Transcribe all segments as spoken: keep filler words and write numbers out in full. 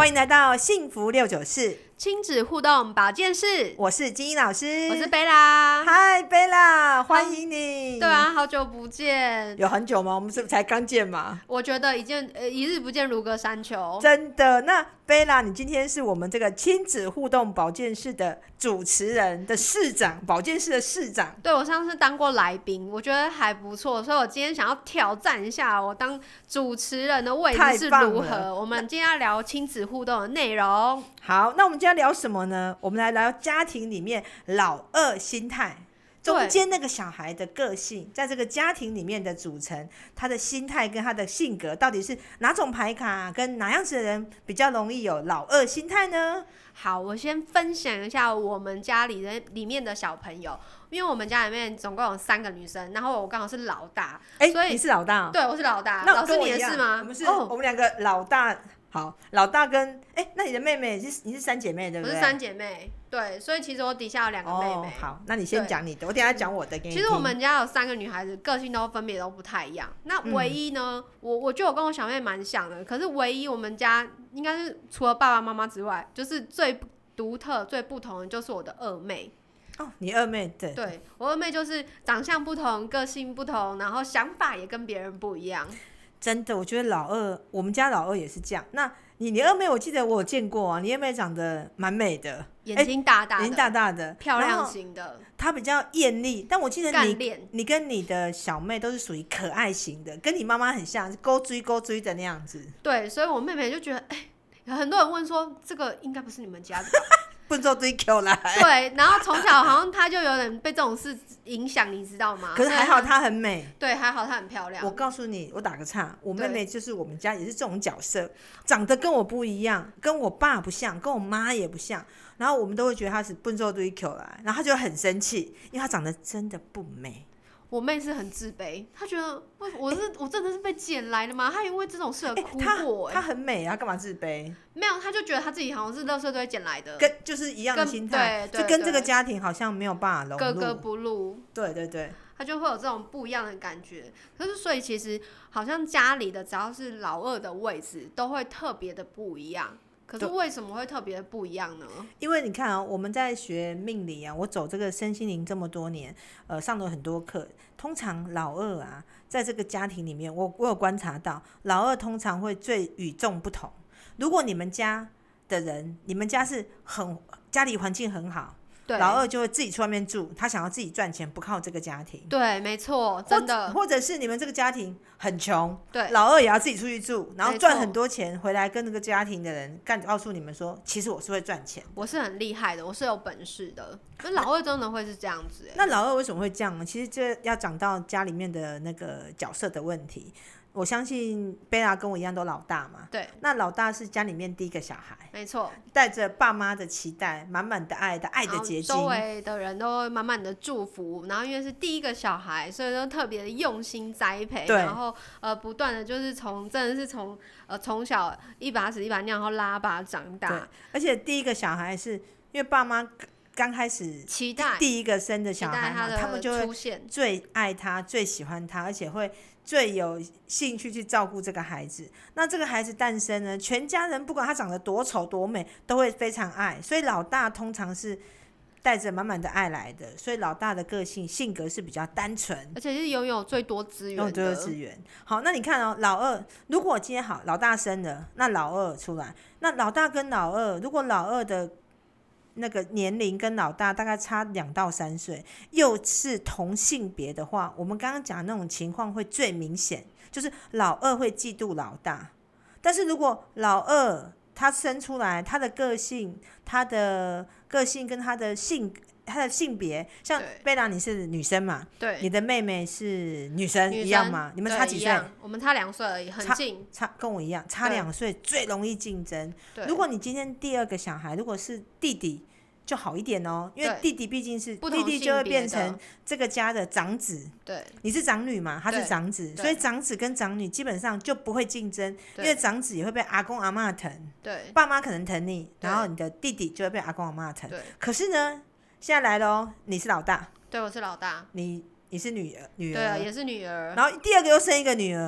欢迎来到幸福六九四亲子互动保健室， 我是金英老师， 我是贝拉。 嗨，贝拉，欢迎你。 对啊，好久不见。 有很久吗？我们是不是才刚见嘛？ 我觉得一见呃一日不见如隔三秋。 真的。那贝拉，你今天是我们这个亲子互动保健室的主持人的室长，保健室的室长。 对，我上次当过来宾，我觉得还不错，所以我今天想要挑战一下我当主持人的位置是如何。我们今天要聊亲子互动的内容。 好，那我们今天要聊什么呢？我们来聊家庭里面老二心态，中间那个小孩的个性，在这个家庭里面的组成，他的心态跟他的性格到底是哪种牌卡，跟哪样子的人比较容易有老二心态呢？ 好，我先分享一下我们家里的里面的小朋友，因为我们家里面总共有三个女生，然后我刚好是老大， 哎、 所以你是老大、哦？ 对，我是老大。 那老师你也是吗？ 我们是、 哦、 我们两个老大。好，老大跟哎，那你的妹妹是你是三姐妹对不对？ 我是三姐妹，对，所以其实我底下有两个妹妹。 哦、好，那你先讲你的，我等一下讲我的给你听。 其实我们家有三个女孩子，个性都分别都不太一样。那唯一呢，嗯、我我觉得我跟我小妹蛮像的，可是唯一我们家应该是除了爸爸妈妈之外，就是最独特、最不同的就是我的二妹。 哦，你二妹对， 对我二妹就是长相不同，个性不同，然后想法也跟别人不一样。 真的，我觉得老二，我们家老二也是这样。那你你二妹，我记得我有见过啊，你二妹长得蛮美的， 眼睛大大的， 眼睛大大的， 漂亮型的。 她比较艳丽，但我记得你你跟你的小妹都是属于可爱型的，跟你妈妈很像，勾追勾追的那样子。 对，所以我妹妹就觉得，哎、欸，很多人问说，这个应该不是你们家的吧？ 笨做堆 Q 来， 对，然后从小好像他就有点被这种事影响，你知道吗？ 可是还好她很美， 对，还好她很漂亮。 我告诉你，我打个岔，我妹妹就是我们家也是这种角色，长得跟我不一样，跟我爸不像，跟我妈也不像，然后我们都会觉得她是笨做堆 Q 来，然后她就很生气，因为她长得真的不美。 我妹是很自卑，她觉得我是、欸、我真的是被捡来的吗？她因为这种事而哭过、欸。 她、欸、很美，她干嘛自卑？ 没有，她就觉得她自己好像是垃圾堆捡来的， 跟就是一样的心态，就跟这个家庭好像没有办法融入， 格格不入。 对对对， 她就会有这种不一样的感觉。可是所以其实好像家里的只要是老二的位置，都会特别的不一样。可是为什么会特别不一样呢？ 因为你看啊、喔，我们在学命理啊，我走这个身心灵这么多年，呃，上了很多课。通常老二啊，在这个家庭里面，我我有观察到，老二通常会最与众不同。如果你们家的人，你们家是很家里环境很好。老二就会自己去外面住，他想要自己赚钱，不靠这个家庭。 对，没错，真的。 或者是你们这个家庭很穷， 对， 老二也要自己出去住，然后赚很多钱回来跟那个家庭的人干，告诉你们说，其实我是会赚钱， 我是很厉害的，我是有本事的。可是老二真的会是这样子、欸？ 那老二为什么会这样呢？其实这要讲到家里面的那个角色的问题。我相信贝拉跟我一样都老大嘛， 对， 那老大是家里面第一个小孩， 没错， 带着爸妈的期待，满满的爱的爱的结晶， 周围的人都会满满的祝福，然后因为是第一个小孩，所以都特别的用心栽培，然后呃不断的就是从真的是从呃从小一把屎一把尿，然后拉拔长大， 对，而且第一个小孩是因为爸妈刚开始期待第一个生的小孩嘛， 他, 他们就会最爱他，最喜欢他，而且会最有兴趣去照顾这个孩子。那这个孩子诞生呢，全家人不管他长得多丑多美，都会非常爱。所以老大通常是带着满满的爱来的，所以老大的个性性格是比较单纯， 而且是拥有最多资源的。 最多资源。好，那你看哦，老二如果今天好老大生了，那老二出来，那老大跟老二，如果老二的那个年龄跟老大大概差两到三岁，又是同性别的话，我们刚刚讲的那种情况会最明显，就是老二会嫉妒老大。但是如果老二他生出来，他的个性、他的个性跟他的性、他的性别，像贝拉你是女生嘛， 对， 你的妹妹是女生， 女生一样吗？你们差几岁？ 我们差两岁而已，很近， 差跟我一样，差两岁最容易竞争。如果你今天第二个小孩如果是弟弟，就好一点哦，因为弟弟毕竟是弟弟，就会变成这个家的长子。 对， 你是长女嘛，他是长子，所以长子跟长女基本上就不会竞争，因为长子也会被阿公阿嬷疼， 对， 爸妈可能疼你，然后你的弟弟就会被阿公阿嬷疼。可是呢，现在来了哦，你是老大， 对，我是老大， 你你是女儿，女儿， 对啊，也是女儿， 然后第二个又生一个女儿。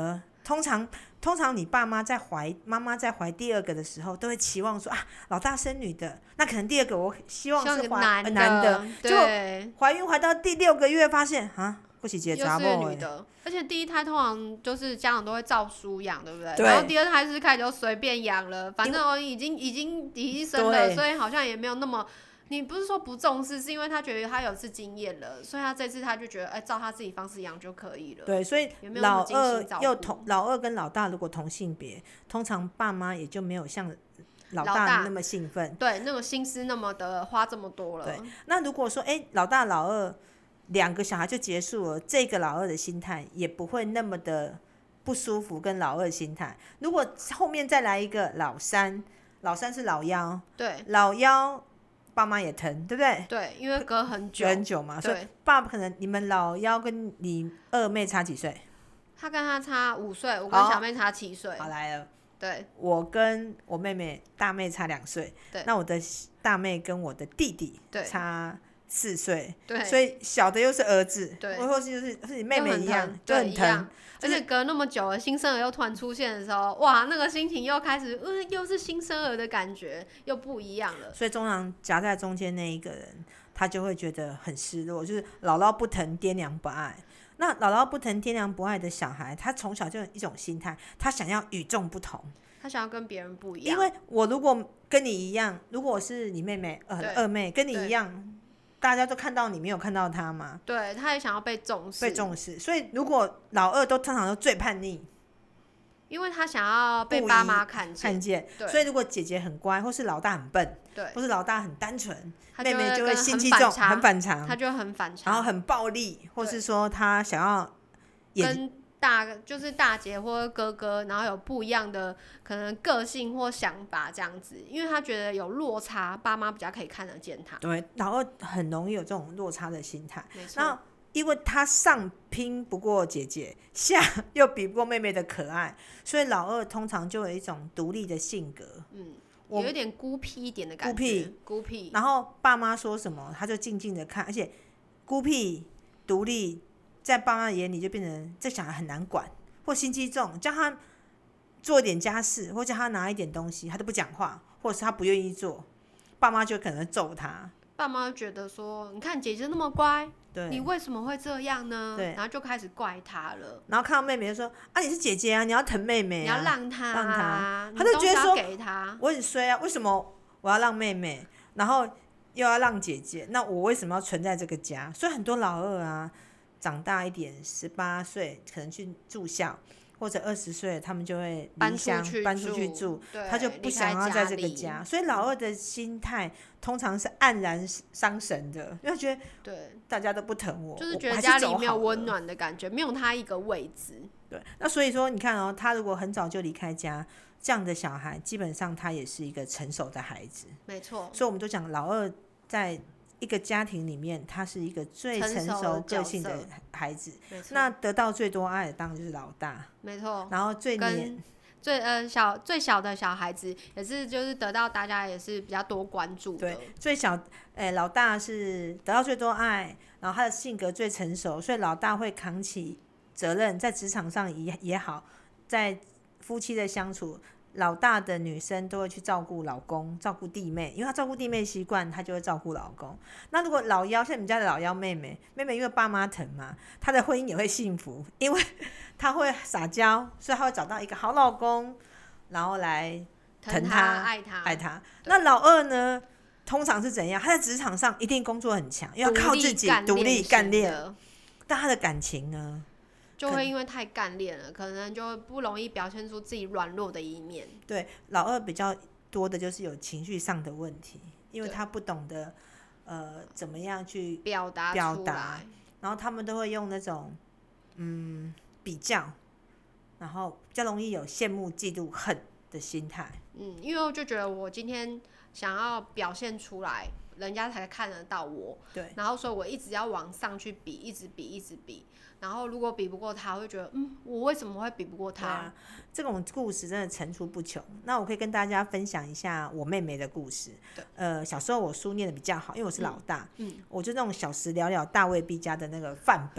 通常通常你爸妈在怀妈妈在怀第二个的时候，都会期望说啊，老大生女的，那可能第二个我希望是怀男的， 男的， 对， 结果怀孕怀到第六个月发现啊，不是结查某女的，而且第一胎通常就是家长都会照书养，对不对？ 对， 然后第二胎是开始就随便养了，反正我已经已经已经生了，所以好像也没有那么。你不是说不重视，是因为他觉得他有次经验了，所以他这次他就觉得，哎、欸，照他自己方式养就可以了。 对，所以老二又同老二跟老大如果同性别，通常爸妈也就没有像老大那么兴奋， 对，那个心思那么的花这么多了。 对，那如果说哎、欸，老大老二两个小孩就结束了，这个老二的心态也不会那么的不舒服，跟老二的心态。如果后面再来一个老三，老三是老幺， 对， 老幺。爸妈也疼，对不对？ 对，因为隔很久， 隔很久嘛，所以爸爸可能你们老幺跟你二妹差几岁？ 他跟他差五岁，我跟小妹差七岁。 好来了， 对， 我跟我妹妹大妹差两岁，那我的大妹跟我的弟弟差四岁， 对， 所以小的又是儿子， 对， 或是就是是你妹妹一样， 就很疼。 而且隔那么久了，新生儿又突然出现的时候，哇，那个心情又开始，嗯，又是新生儿的感觉，又不一样了。 所以通常夹在中间那一个人，他就会觉得很失落，就是姥姥不疼，爹娘不爱。那姥姥不疼，爹娘不爱的小孩，他从小就有一种心态，他想要与众不同， 他想要跟别人不一样。 因为我如果跟你一样，如果我是你妹妹，呃，二妹跟你一样。大家都看到你，没有看到他嘛？ 对，他也想要被重视， 被重视。所以如果老二都通常都最叛逆， 因为他想要被爸妈看见。 看见，所以如果姐姐很乖，或是老大很笨， 对， 或是老大很单纯，妹妹妹就会心机重，很反常， 他就很反常， 然后很暴力，或是说他想要跟大就是大姐或哥哥，然后有不一样的可能个性或想法这样子，因为他觉得有落差，爸妈比较可以看得见他。 对，老二很容易有这种落差的心态。 没错。 然后因为他上拼不过姐姐，下又比不过妹妹的可爱，所以老二通常就有一种独立的性格。 嗯，有一点孤僻一点的感觉。 孤僻， 孤僻。 然后爸妈说什么，他就静静的看，而且孤僻、独立。在爸妈眼里就变成这小孩很难管，或心机重，叫他做一点家事，或叫他拿一点东西，他都不讲话，或者是他不愿意做，爸妈就可能揍他。 爸妈觉得说，你看姐姐那么乖， 对， 你为什么会这样呢？ 对， 然后就开始怪他了。 然后看到妹妹就说：“啊，你是姐姐啊，你要疼妹妹、啊， 你要让她、啊， 让她。”他就觉得说：“ 给她， 我很衰啊，为什么我要让妹妹，然后又要让姐姐？那我为什么要存在这个家？”所以很多老二啊。长大一点，十八岁可能去住校，或者二十岁，他们就会离乡搬出去住，他就不想要在这个家，所以老二的心态通常是黯然伤神的，因为觉得对大家都不疼我， 就是觉得家里没有温暖的感觉，没有他一个位置。 对，那所以说你看哦，他如果很早就离开家，这样的小孩基本上他也是一个成熟的孩子， 没错。 所以我们都讲老二在一个家庭里面，他是一个最成熟个性的孩子，那得到最多爱的当然就是老大， 没错。 然后最年最呃小最小的小孩子也是就是得到大家也是比较多关注的。 对，最小诶、欸、老大是得到最多爱，然后他的性格最成熟，所以老大会扛起责任，在职场上也也好，在夫妻的相处。老大的女生都会去照顾老公，照顾弟妹，因为她照顾弟妹习惯，她就会照顾老公。那如果老幺，像你们家的老幺妹妹，妹妹因为爸妈疼嘛，她的婚姻也会幸福，因为她会撒娇，所以她会找到一个好老公，然后来疼她、 爱她、 爱她。那老二呢，通常是怎样？他在职场上一定工作很强，要靠自己独立干练，但他的感情呢？ 就会因为太干练了，可能就不容易表现出自己软弱的一面。 对，老二比较多的就是有情绪上的问题，因为他不懂得呃怎么样去表达表达，然后他们都会用那种嗯比较，然后比较容易有羡慕、嫉妒、恨的心态。 嗯，因为我就觉得我今天想要表现出来，人家才看得到我。 对， 然后所以我一直要往上去比，一直比，一直比。然后如果比不过他，我会觉得，嗯，我为什么会比不过他？ 啊、这种故事真的层出不穷。那我可以跟大家分享一下我妹妹的故事。呃，小时候我书念的比较好，因为我是老大，嗯，嗯我就那种小时了了，大未必佳的那个范本。我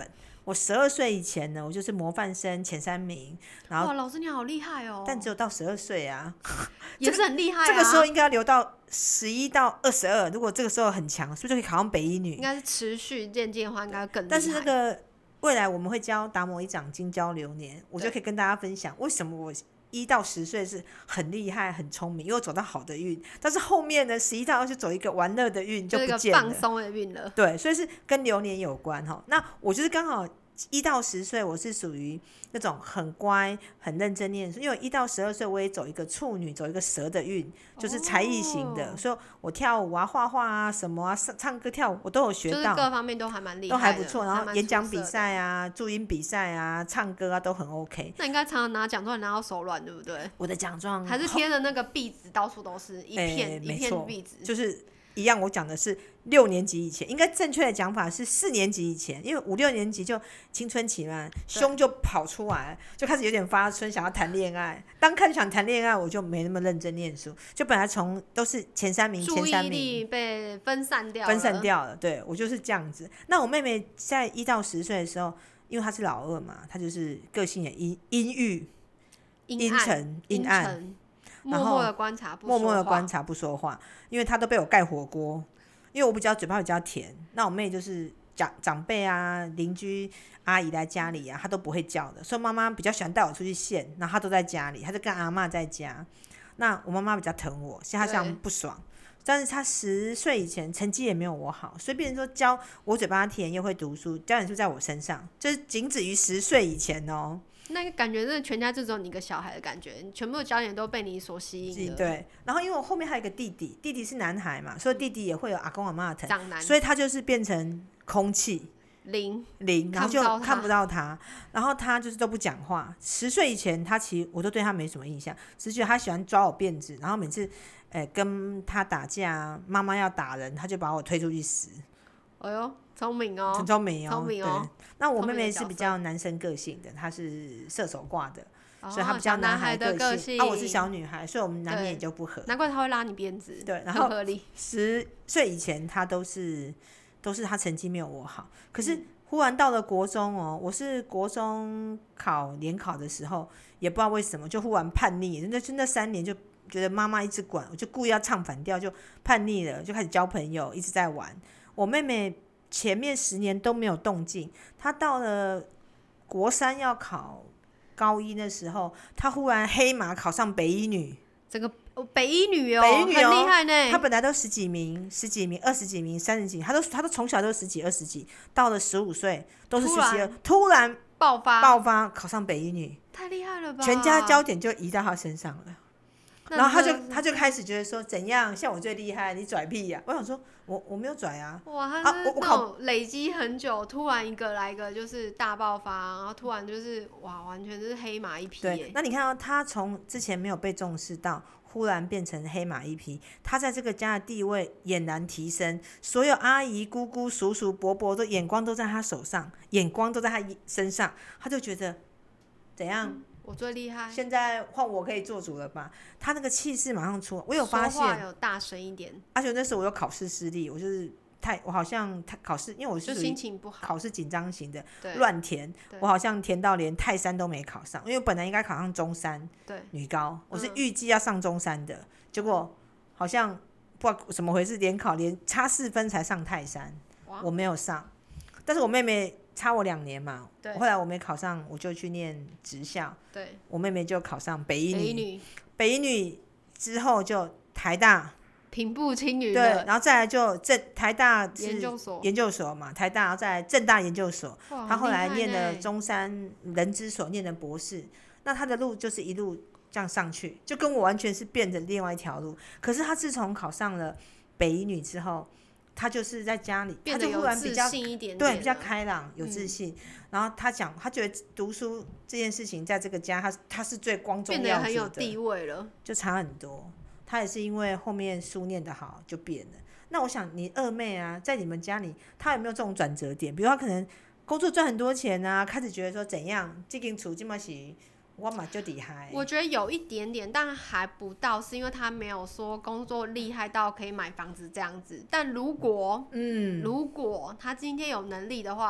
我十二岁以前呢，我就是模范生前三名，然后哇，老师你好厉害哦！ 但只有到十二岁啊， 也是很厉害啊。 这个时候应该要留到十一到二十二，如果这个时候很强，是不是就可以考上北一女？ 应该是持续渐渐的话，应该更厉害。 但是那个未来我们会教达摩一掌金交流年，我就可以跟大家分享为什么我一到十岁是很厉害、很聪明，因为我走到好的运。但是后面呢，十一到二十走一个玩乐的运就不见了， 就是一个放松的运了。 对，所以是跟流年有关哈。那我就是刚好一到十岁，我是属于那种很乖、很认真念书。因为一到十二岁，我也走一个处女，走一个蛇的运，就是才艺型的。哦、所以我跳舞啊、画画啊、什么啊、唱歌、跳舞，我都有学到， 就是各方面都还蛮厉害的， 都还不错。然后演讲比赛啊、注音比赛啊、唱歌啊都很 OK。 那应该常常拿奖状拿到手软，对不对？ 我的奖状还是贴的那个壁纸，到处都是一片、欸、一片壁纸， 就是一样。我讲的是六年级以前，应该正确的讲法是四年级以前，因为五六年级就青春期嘛，胸就跑出来，就开始有点发春，想要谈恋爱。当开始想谈恋爱，我就没那么认真念书，就本来从都是前三名、前三名，注意力被分散掉了， 分散掉了。对，我就是这样子。那我妹妹在一到十岁的时候，因为她是老二嘛，她就是个性也阴阴郁、阴沉、阴暗。 默默的观察，不说话， 默默的观察不说话，因为他都被我盖火锅。因为我比较嘴巴比较甜，那我妹就是长长辈啊、邻居阿姨来家里啊，她都不会叫的，所以妈妈比较喜欢带我出去现，然后她都在家里，她就跟阿嬷在家。那我妈妈比较疼我，所以她这样不爽。但是她十岁以前成绩也没有我好，所以变成说教我嘴巴甜又会读书，焦点就在我身上，就是仅止于十岁以前哦。 那个感觉真的全家就只有你一个小孩的感觉，全部的焦点都被你所吸引的。 对，然后因为我后面还有一个弟弟，弟弟是男孩嘛，所以弟弟也会有阿公阿嬷的疼， 长男， 所以他就是变成空气零零，然后就看不到他，然后他就是都不讲话。十岁以前，他其实我都对他没什么印象，只是觉得他喜欢抓我辫子，然后每次，欸、跟他打架，妈妈要打人，他就把我推出去死。 哎呦，聪明哦， 很聪明哦， 聪明哦。 那我妹妹是比较男生个性的，她是射手挂的， 哦、 所以她比较男孩的个性。啊，我是小女孩，所以我们难免也就不合。 难怪她会拉你辫子。 对，然后十岁以前，她都是都是她成绩没有我好，可是忽然到了国中哦，我是国中考联考的时候，也不知道为什么就忽然叛逆，那就那三年就觉得妈妈一直管，我就故意要唱反调，就叛逆了，就开始交朋友，一直在玩。我妹妹前面十年都没有动静，她到了国三要考高一的时候，她忽然黑马考上北一女， 整个北一女哦， 北一女哦， 很厉害呢。 她本来都十几名、十几名、二十几名、三十几，她都她都从小都十几、二十几，到了十五岁都是十几二，突然爆发爆发考上北一女， 太厉害了吧！ 全家焦点就移到她身上了。然后他就他就开始觉得说怎样像我最厉害，你拽屁呀、啊！我想说我我没有拽啊。 哇，他是那种累积很久，突然一个来一个就是大爆发，然后突然就是哇，完全就是黑马一匹耶。 对，那你看到、哦、他从之前没有被重视到忽然变成黑马一匹，他在这个家的地位俨然提升，所有阿姨、姑姑、叔叔、伯伯的眼光都在他手上，眼光都在他身上，他就觉得怎样？嗯， 我最厉害， 现在换我可以做主了吧？他那个气势马上出，我有发现， 说话有大声一点。 而且那时候我有考试失利，我就是太，我好像考试，因为我是就心情不好， 考试紧张型的，乱填，我好像填到连泰山都没考上，因为本来应该考上中山女高，我是预计要上中山的，嗯、结果好像不知道怎么回事，联考连差四分才上泰山，我没有上，但是我妹妹差我两年嘛，后来我没考上，我就去念职校， 对， 我妹妹就考上北一女， 北一女， 北一女之后就台大， 平步青云， 对，然后再来就正台大是研究所， 研究所嘛，台大，然后再来正大研究所，她后来念了中山人资所，念了博士，那她的路就是一路这样上去，就跟我完全是变成另外一条路。可是她自从考上了北一女之后，他就是在家里，他就忽然比较对比较开朗，有自信。嗯、然后他讲，他觉得读书这件事情在这个家，他他是最光宗耀祖的， 变得很有地位了， 就差很多。他也是因为后面书念得好就变了。那我想你二妹啊，在你们家里，她有没有这种转折点？比如她可能工作赚很多钱啊，开始觉得说怎样，这间厝这么是。我嘛就厉害， 我觉得有一点点，但还不到，是因为他没有说工作厉害到可以买房子这样子。但如果，嗯，如果他今天有能力的话，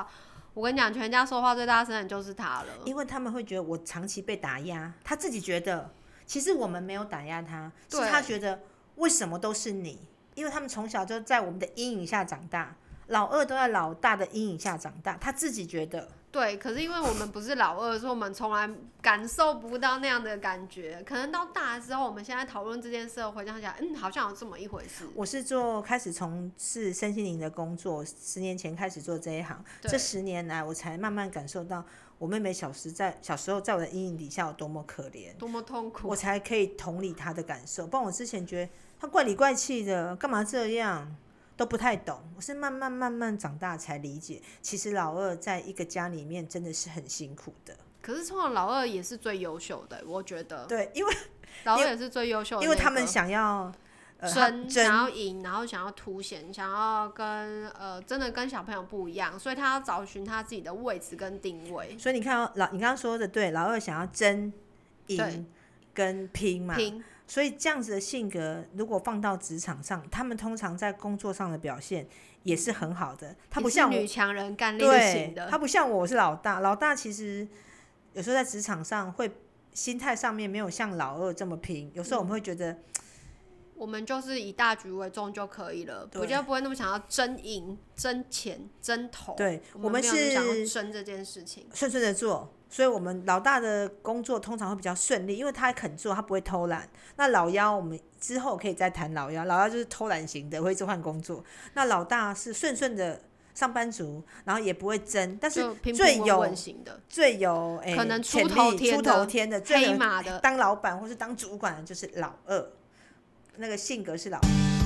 我跟你讲，全家说话最大声的就是他了， 因为他们会觉得我长期被打压，他自己觉得其实我们没有打压他，是他觉得为什么都是你，因为他们从小就在我们的阴影下长大，老二都在老大的阴影下长大，他自己觉得。 对，可是因为我们不是老二，所以我们从来感受不到那样的感觉。可能到大之后，我们现在讨论这件事，回想起来，嗯，好像有这么一回事。 我是做开始从事身心灵的工作，十年前开始做这一行，这十年来我才慢慢感受到我妹妹小时在小时候在我的阴影底下有多么可怜， 多么痛苦， 我才可以同理她的感受。不然我之前觉得她怪里怪气的，干嘛这样？都不太懂，我是慢慢慢慢长大才理解，其实老二在一个家里面真的是很辛苦的。 可是通常老二也是最优秀的，我觉得。 对，因为老二也是最优秀的、那個， 因为他们想要呃争，想要赢，然后想要凸显，想要跟呃真的跟小朋友不一样，所以他要找寻他自己的位置跟定位。 所以你看、哦、老你刚刚说的对，老二想要争赢跟拼嘛。 拼所以这样子的性格，如果放到职场上，他们通常在工作上的表现也是很好的。他不像我女强人干练型的， 他不像我，我是老大。老大其实有时候在职场上会心态上面没有像老二这么拼，有时候我们会觉得、嗯、 我们就是以大局为重就可以了，比较不会那么想要争赢、争钱、争头。 对， 我们是想要争这件事情， 顺顺的做。所以我们老大的工作通常会比较顺利，因为他肯做，他不会偷懒。那老幺我们之后可以再谈老幺，老幺就是偷懒型的，会一直换工作。那老大是顺顺的上班族，然后也不会争，但是最有平平稳稳型的最有、欸、 可能出头天的、 出头天的、最黑马的， 当老板或是当主管的就是老二，那个性格是老二。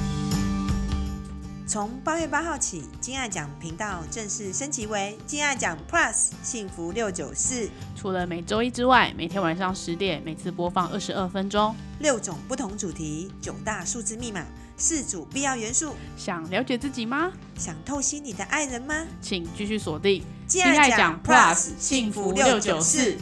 从八月八号起，金爱讲频道正式升级为金爱讲 Plus 幸福六九四。 除了每周一之外，每天晚上十点，每次播放二十二分钟， 六种不同主题，九大数字密码，四组必要元素。 想了解自己吗？ 想透析你的爱人吗？ 请继续锁定金爱讲 Plus 幸福六九四。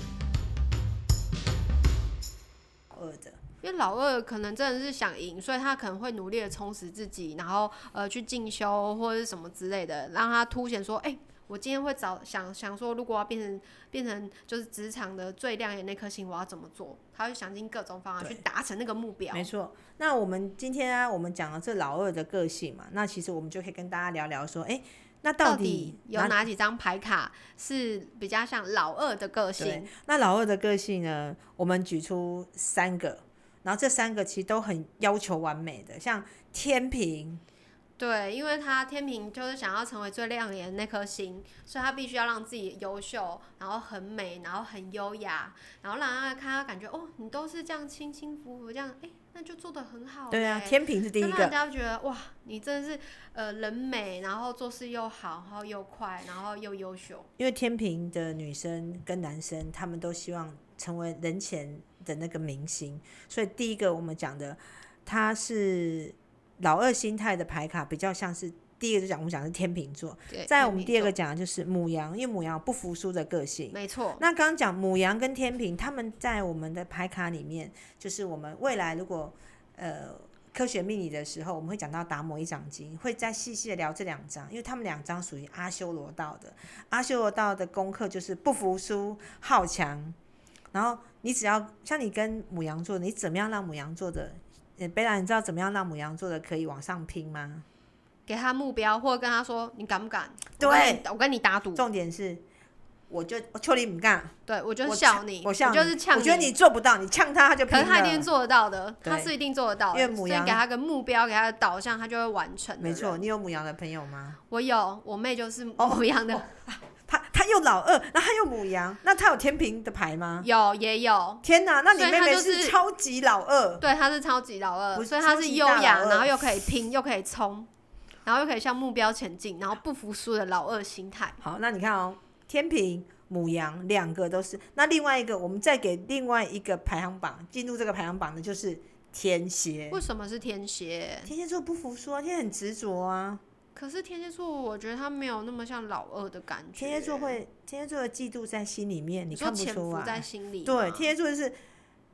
因为老二可能真的是想赢，所以他可能会努力的充实自己，然后呃去进修或者是什么之类的，让他凸显说，哎、欸，我今天会找想想说，如果要变成变成就是职场的最亮眼那颗星，我要怎么做？他会想尽各种方法去达成那个目标。 没错。那我们今天啊，我们讲了这老二的个性嘛，那其实我们就可以跟大家聊聊说，哎、欸，那到底, 到底有哪几张牌卡是比较像老二的个性？ 那老二的个性呢，我们举出三个。然后这三个其实都很要求完美的，像天秤， 对，因为他天秤就是想要成为最亮眼的那颗星，所以他必须要让自己优秀，然后很美，然后很优雅，然后让他看他感觉哦，你都是这样轻轻浮浮这样，哎，那就做得很好。 对啊，天秤是第一个， 让人家觉得哇，你真的是呃人美，然后做事又好，然后又快，然后又优秀。 因为天秤的女生跟男生，他们都希望成为人前的那个明星，所以第一个我们讲的，他是老二心态的牌卡，比较像是第一个就讲我们讲的是天秤座，再我们第二个讲的就是牡羊，因为牡羊有不服输的个性， 没错。 那刚刚讲牡羊跟天秤，他们在我们的牌卡里面，就是我们未来如果呃科学命理的时候，我们会讲到达摩一掌经，会再细细的聊这两张，因为他们两张属于阿修罗道的，阿修罗道的功课就是不服输、好强。然后你只要像你跟牡羊座，你怎么样让牡羊座的，呃，贝拉，你知道怎么样让牡羊座的可以往上拼吗？ 给他目标，或者跟他说你敢不敢？ 对， 我跟你，我跟你打赌。 重点是，我就我求你不干， 对我就笑你， 我笑你， 我就是呛你。 我觉得你做不到，你呛他他就拼了。 可是他一定做得到的，他是一定做得到的。因为牡羊，所以给他个目标，给他的导向，他就会完成。 没错，你有牡羊的朋友吗？ 我有，我妹就是牡羊的。 哦哦他他又老二，然后他又牡羊，那他有天秤的牌吗？ 有，也有。 天哪，那你妹妹是超级老二。 对，她是超级老二，所以她是优雅，然后又可以拼，又可以冲，然后又可以向目标前进，然后不服输的老二心态。 好，那你看哦，天秤、牡羊两个都是。那另外一个，我们再给另外一个排行榜，进入这个排行榜的就是天蝎。 为什么是天蝎？ 天蝎座不服输啊，天蝎很执着啊。 可是天蝎座，我觉得他没有那么像老二的感觉。 天蝎座会，天蝎座的嫉妒在心里面，你看不出来。 潜伏在心里。 对，天蝎座就是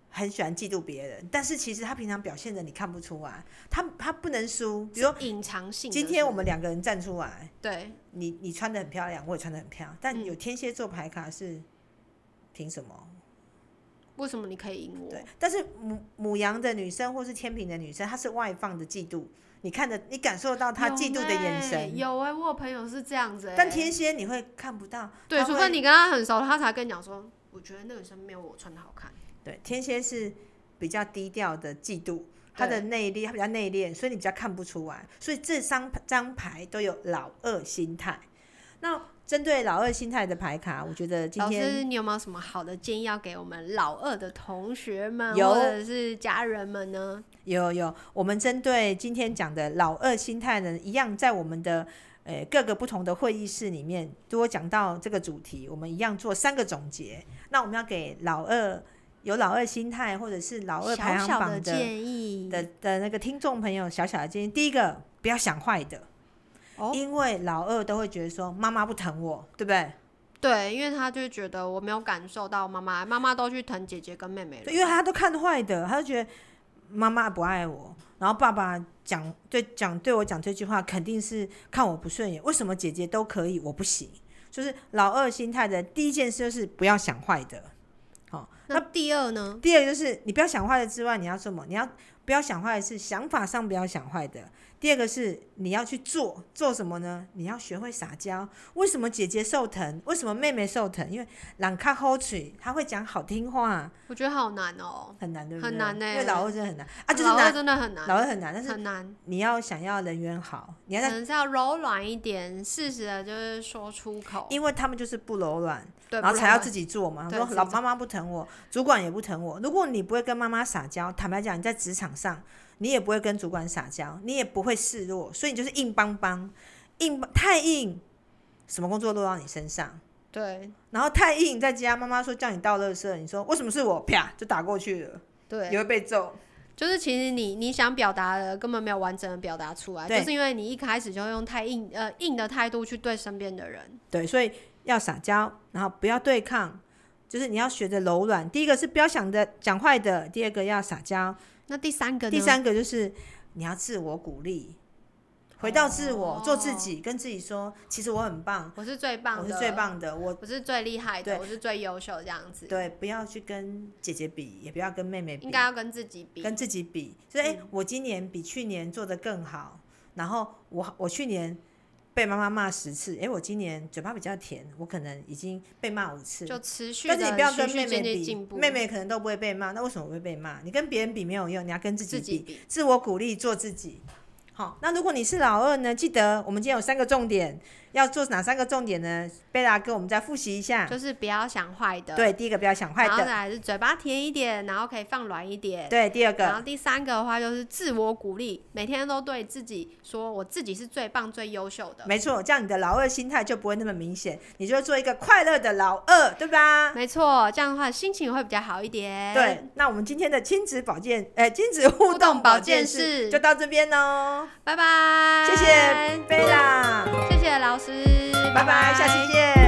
很喜欢嫉妒别人，但是其实他平常表现的你看不出来，他他不能输。比如说隐藏性的， 今天我们两个人站出来， 对， 你你穿的很漂亮，我也穿的很漂亮，但有天蝎座牌卡是凭什么？ 为什么你可以赢我？ 对，但是母母羊的女生或是天平的女生，她是外放的嫉妒，你看的你感受到她嫉妒的眼神。 有哎、欸，我有朋友是这样子、欸， 但天蝎你会看不到， 对，除非你跟他很熟，他才跟你讲说，我觉得那个女生没有我穿的好看。 对，天蝎是比较低调的嫉妒，他的内敛，他比较内敛，所以你比较看不出来。所以这三张牌都有老二心态。那针对老二心态的牌卡，我觉得今天老师，你有没有什么好的建议要给我们老二的同学们有或者是家人们呢？ 有有，我们针对今天讲的老二心态呢，一样在我们的呃各个不同的会议室里面，如果讲到这个主题，我们一样做三个总结。那我们要给老二有老二心态或者是老二排行榜 的, 小小的建议的, 的那个听众朋友，小小的建议，第一个不要想坏的。哦、因为老二都会觉得说妈妈不疼我，对不对？ 对，因为他就觉得我没有感受到妈妈，妈妈都去疼姐姐跟妹妹了， 因为他都看坏的，他就觉得妈妈不爱我，然后爸爸讲对讲对我讲这句话，肯定是看我不顺眼。为什么姐姐都可以，我不行？就是老二心态的第一件事就是不要想坏的。好、哦， 那第二呢？ 第二个就是你不要想坏的之外，你要做什么？你要不要想坏的是想法上不要想坏的。第二个是你要去做做什么呢？你要学会撒娇。为什么姐姐受疼？为什么妹妹受疼？因为人较好嘴，他会讲好听话。 我觉得好难哦， 很难，对不对？ 很难呢、欸， 因为老二真的很难啊，就是老二真的很难， 老二很难，但是很难。 你要想要人缘好，你要可能是要柔软一点，适时的就是说出口， 因为他们就是不柔软， 对， 然后才要自己做嘛。他说老妈妈不疼我，主管也不疼我。如果你不会跟妈妈撒娇，坦白讲，你在职场上。你也不会跟主管撒娇，你也不会示弱，所以你就是硬邦邦，硬太硬，什么工作落到你身上。 对， 然后太硬，在家妈妈说叫你倒垃圾，你说为什么是我，啪就打过去了， 对， 也会被揍。 就是其实你你想表达的根本没有完整的表达出来，就是因为你一开始就用太硬呃硬的态度去对身边的人。 对，所以要撒娇，然后不要对抗，就是你要学着柔软。第一个是不要想着讲坏的，第二个要撒娇。 那第三个呢？ 第三个就是你要自我鼓励，回到自我，哦、做自己，跟自己说，其实我很棒， 我是最棒的， 我是最棒的，我我是最厉害的，我是最优秀，这样子。 对，不要去跟姐姐比，也不要跟妹妹比， 应该要跟自己比， 跟自己比。所以，哎、嗯欸，我今年比去年做得更好，然后我我去年。被妈妈骂十次，哎、欸，我今年嘴巴比较甜，我可能已经被骂五次， 就持续的， 但是你不要跟妹妹比， 进步妹妹可能都不会被骂，那为什么我会被骂？你跟别人比没有用，你要跟自己比， 自己比自我鼓励，做自己。好，那如果你是老二呢？记得我们今天有三个重点，要做哪三个重点呢？贝拉哥，我们再复习一下， 就是不要想坏的， 对，第一个不要想坏的， 然后再来是嘴巴甜一点，然后可以放软一点， 对，第二个， 然后第三个的话就是自我鼓励，每天都对自己说，我自己是最棒、最优秀的， 没错，这样你的老二心态就不会那么明显，你就会做一个快乐的老二，对吧？ 没错，这样的话心情会比较好一点。 对，那我们今天的亲子保健，呃，亲子互动保健室就到这边喽， 拜拜。 谢谢贝拉， 谢谢老师， 拜拜，下期见。